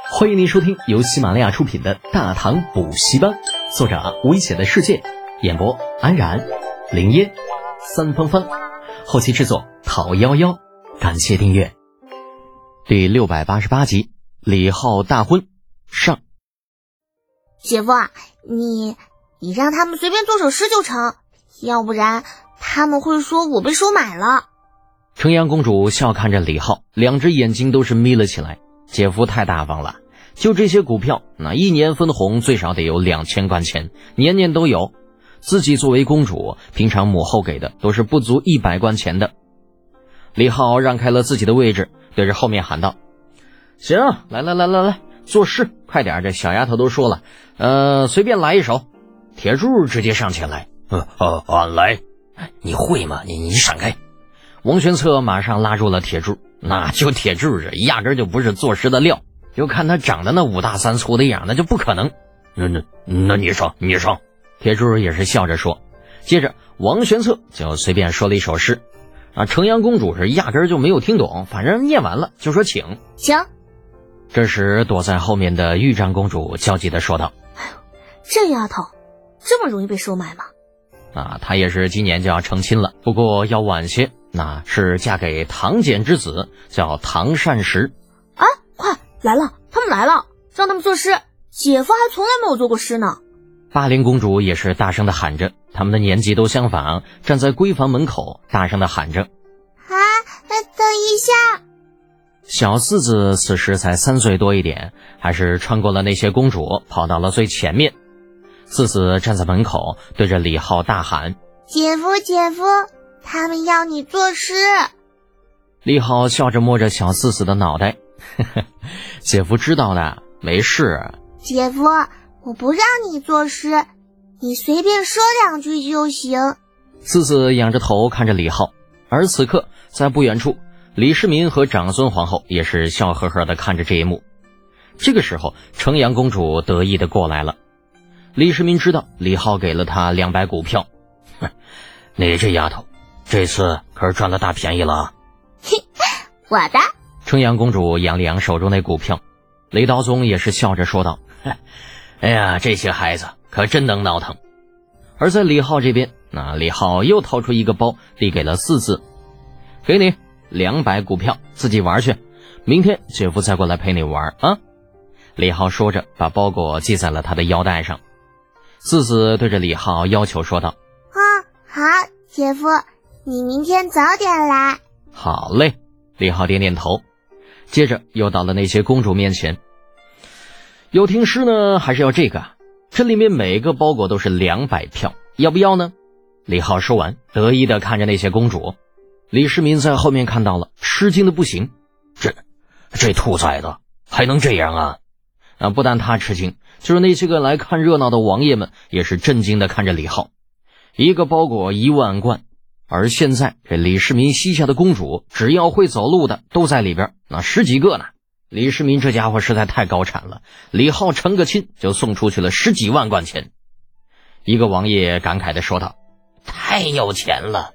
欢迎您收听由喜马拉雅出品的大唐补习班，作者危险的世界，演播安然、林烟、三芳芳，后期制作陶夭夭。感谢订阅。第688集，李浩大婚上。 姐夫啊，你让他们随便做首诗就成，要不然他们会说我被收买了。 城阳公主笑看着李浩，两只眼睛都是眯了起来。姐夫太大方了，就这些股票，那一年分红最少得有2000贯钱，年年都有。自己作为公主，平常母后给的都是不足100贯钱的。李浩让开了自己的位置，对着后面喊道：行，来，作诗，快点，这小丫头都说了，随便来一首。铁柱直接上前来， 来。你会吗？你闪开。 王玄策马上拉住了铁柱，那就铁柱这压根就不是作诗的料，就看他长得那5大3粗的样，那就不可能。 那你上。 铁柱也是笑着说。接着王玄策就随便说了一首诗，城阳公主是压根就没有听懂，反正念完了就说请。这时躲在后面的豫章公主焦急地说道： 这丫头这么容易被收买吗？ 她也是今年就要成亲了，不过要晚些，那是嫁给唐简之子，叫唐善时。 快来了，他们来了，让他们作诗，姐夫还从来没有做过诗呢。 巴陵公主也是大声地喊着，他们的年纪都相仿，站在闺房门口大声地喊着等一下。 小四子此时才3岁多一点，还是穿过了那些公主，跑到了最前面。四子站在门口对着李浩大喊： 姐夫，他们要你作诗。 李浩笑着摸着小四子的脑袋，姐夫知道的，没事。 姐夫，我不让你作诗，你随便说2句就行。 四子仰着头看着李浩，而此刻在不远处，李世民和长孙皇后也是笑呵呵地看着这一幕。这个时候城阳公主得意地过来了。李世民知道李浩给了他200股票， 你这丫头这次可是赚了大便宜了啊。 我的。 城阳公主扬了扬手中那股票，雷道宗也是笑着说道： 哎呀，这些孩子可真能闹腾。 而在李浩这边，李浩又掏出一个包递给了四子，给你200股票，自己玩去，明天姐夫再过来陪你玩啊。李浩说着把包裹系在了他的腰带上。四子对着李浩要求说道： 好，姐夫，你明天早点来。 好嘞。李浩点点头，接着又到了那些公主面前。要听诗呢，还是要这个？这里面每个包裹都是200票，要不要呢？李浩说完，得意地看着那些公主。李世民在后面看到了，吃惊的不行。 这兔崽子还能这样啊？ 不但他吃惊，就是那些个来看热闹的王爷们也是震惊地看着李浩。一个包裹1万贯，而现在这李世民膝下的公主只要会走路的都在里边，10几个呢。李世民这家伙实在太高产了，李浩成个亲就送出去了10几万贯钱。一个王爷感慨地说道： 太有钱了。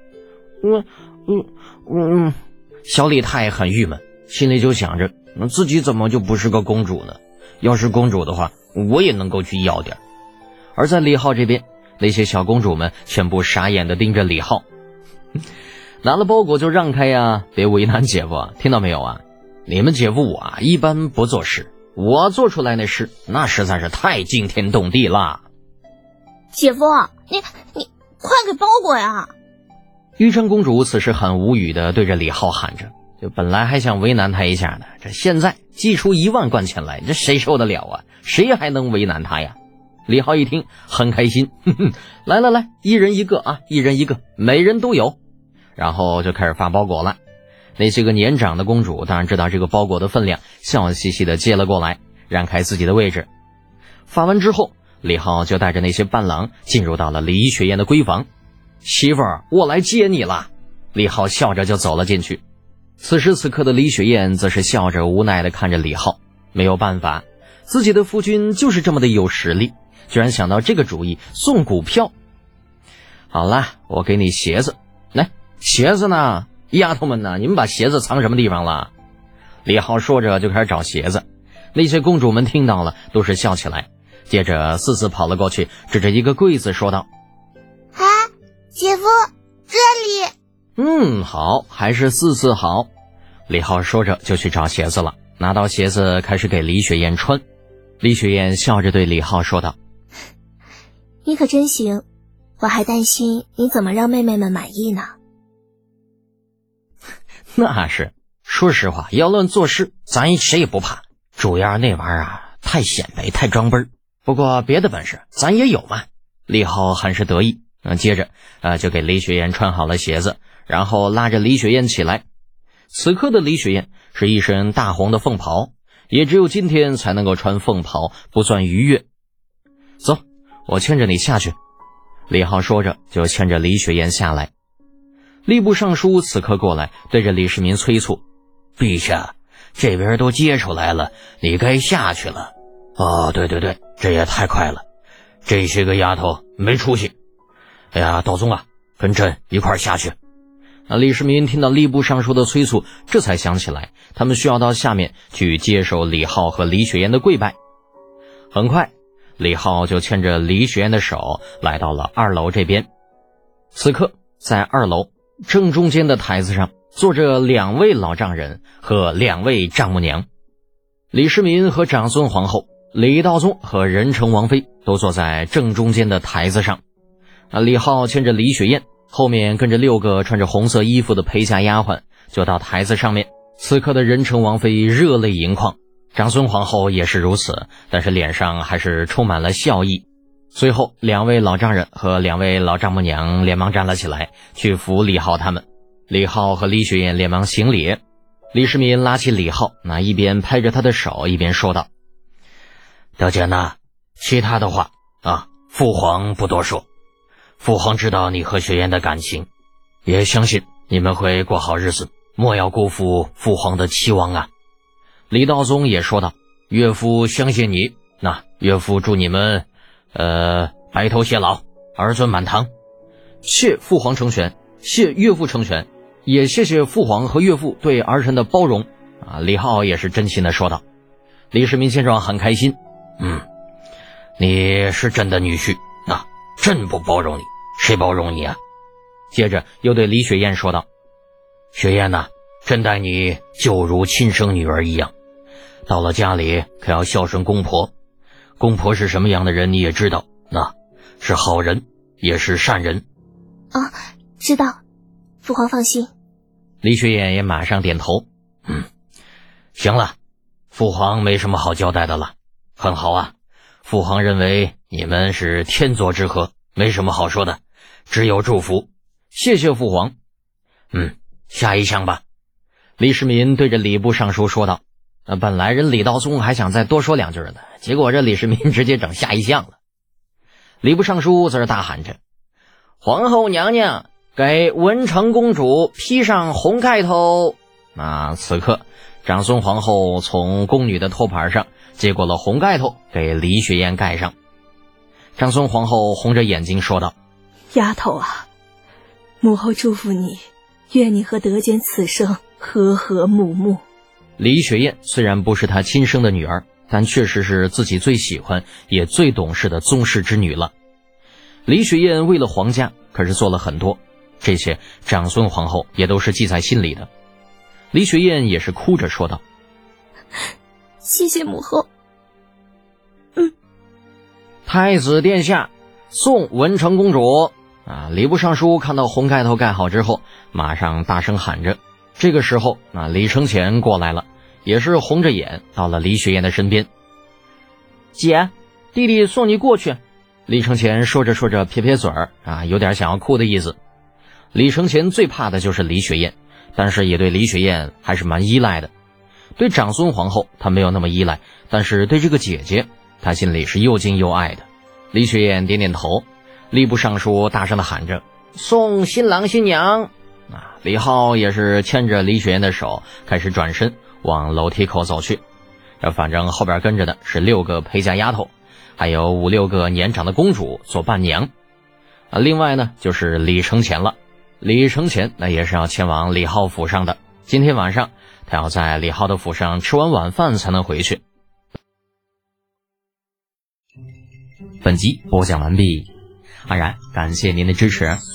小李他也很郁闷，心里就想着自己怎么就不是个公主呢？要是公主的话，我也能够去要点。而在李浩这边，那些小公主们全部傻眼地盯着李浩。拿了包裹就让开呀，别为难姐夫，听到没有啊？你们姐夫我一般不做诗，我做出来那诗那实在是太惊天动地啦。 姐夫，你快给包裹呀。 豫章公主此时很无语地对着李浩喊着，就本来还想为难他一下呢，这现在寄出1万贯钱来，这谁受得了啊？谁还能为难他呀？李浩一听很开心，来，一人一个啊，一人一个，每人都有。然后就开始发包裹了。那些个年长的公主当然知道这个包裹的分量，笑嘻嘻地接了过来，让开自己的位置。发完之后，李浩就带着那些伴郎进入到了李雪燕的闺房。媳妇儿，我来接你了。李浩笑着就走了进去。此时此刻的李雪燕则是笑着无奈地看着李浩，没有办法，自己的夫君就是这么的有实力，居然想到这个主意，送股票。好了，我给你鞋子，来，鞋子呢？丫头们呢？你们把鞋子藏什么地方了？李浩说着就开始找鞋子， 那些公主们听到了，都是笑起来，接着四四跑了过去，指着一个柜子说道：“ 哎，姐夫，这里。” 好，还是四四好。李浩说着就去找鞋子了，拿到鞋子开始给李雪燕穿。李雪燕笑着对李浩说道：“ 你可真行，我还担心你怎么让妹妹们满意呢。” 那是，说实话，要论做事，咱谁也不怕，主要那玩意儿太显摆，太装杯儿。不过别的本事咱也有嘛。李浩很是得意，接着就给李雪燕穿好了鞋子，然后拉着李雪燕起来。此刻的李雪燕是一身大红的凤袍，也只有今天才能够穿凤袍，不算逾越。走，我牵着你下去。李浩说着就牵着李雪燕下来。吏部尚书此刻过来，对着李世民催促：“ 陛下，这边都接出来了，你该下去了。”哦，对，这也太快了，这些个丫头没出息。哎呀，道宗啊，跟朕一块下去。 李世民听到吏部尚书的催促，这才想起来他们需要到下面去接受李浩和李雪燕的跪拜。很快，李浩就牵着李雪燕的手来到了2楼这边。此刻在2楼正中间的台子上坐着2位老丈人和2位丈母娘。李世民和长孙皇后、李道宗和仁成王妃都坐在正中间的台子上。李浩牵着李雪燕，后面跟着6个穿着红色衣服的陪嫁丫鬟，就到台子上面。此刻的仁成王妃热泪盈眶，长孙皇后也是如此，但是脸上还是充满了笑意。随后2位老丈人和2位老丈母娘连忙站了起来，去扶李浩他们。李浩和李雪燕连忙行礼。李世民拉起李浩，一边拍着他的手，一边说道：“ 德简呐，其他的话父皇不多说。父皇知道你和雪燕的感情，也相信你们会过好日子，莫要辜负父皇的期望啊。” 李道宗也说道：“ 岳父相信你，岳父祝你们白头偕老，儿孙满堂。” 谢父皇成全，谢岳父成全，也谢谢父皇和岳父对儿臣的包容。李浩也是真心的说道。李世民先生很开心。 你是朕的女婿，朕不包容你，谁包容你啊？ 接着又对李雪燕说道：“ 雪燕呐，朕待你就如亲生女儿一样，到了家里可要孝顺公婆。公婆是什么样的人你也知道，是好人也是善人。” 知道，父皇放心。 李雪燕也马上点头。 行了，父皇没什么好交代的了。很好啊，父皇认为你们是天作之合，没什么好说的，只有祝福。 谢谢父皇。 下一项吧。 李世民对着礼部尚书说道。本来人李道宗还想再多说2句呢，结果这李世民直接整下一项了。礼部尚书在这大喊着：“皇后娘娘，给文成公主披上红盖头。”此刻长孙皇后从宫女的托盘上接过了红盖头，给李雪燕盖上。长孙皇后红着眼睛说道：“ 丫头啊，母后祝福你，愿你和德简此生和和睦睦。” 李雪燕虽然不是她亲生的女儿，但确实是自己最喜欢也最懂事的宗室之女了。李雪燕为了皇家可是做了很多，这些长孙皇后也都是记在心里的。李雪燕也是哭着说道：“ 谢谢母后。” 太子殿下，送文成公主。礼部尚书看到红盖头盖好之后，马上大声喊着。这个时候李承乾过来了，也是红着眼到了李雪燕的身边。“姐，弟弟送你过去。”李承乾说着说着撇撇嘴儿有点想要哭的意思。李承乾最怕的就是李雪燕，但是也对李雪燕还是蛮依赖的。对长孙皇后他没有那么依赖，但是对这个姐姐他心里是又敬又爱的。李雪燕点点头。吏部尚书大声的喊着：“送新郎新娘。”李浩也是牵着李雪燕的手开始转身往楼梯口走去。反正后边跟着的是6个陪嫁丫头，还有5、6个年长的公主做伴娘。另外呢就是李承乾了。李承乾也是要前往李浩府上的，今天晚上他要在李浩的府上吃完晚饭才能回去。 本集播讲完毕，安然感谢您的支持。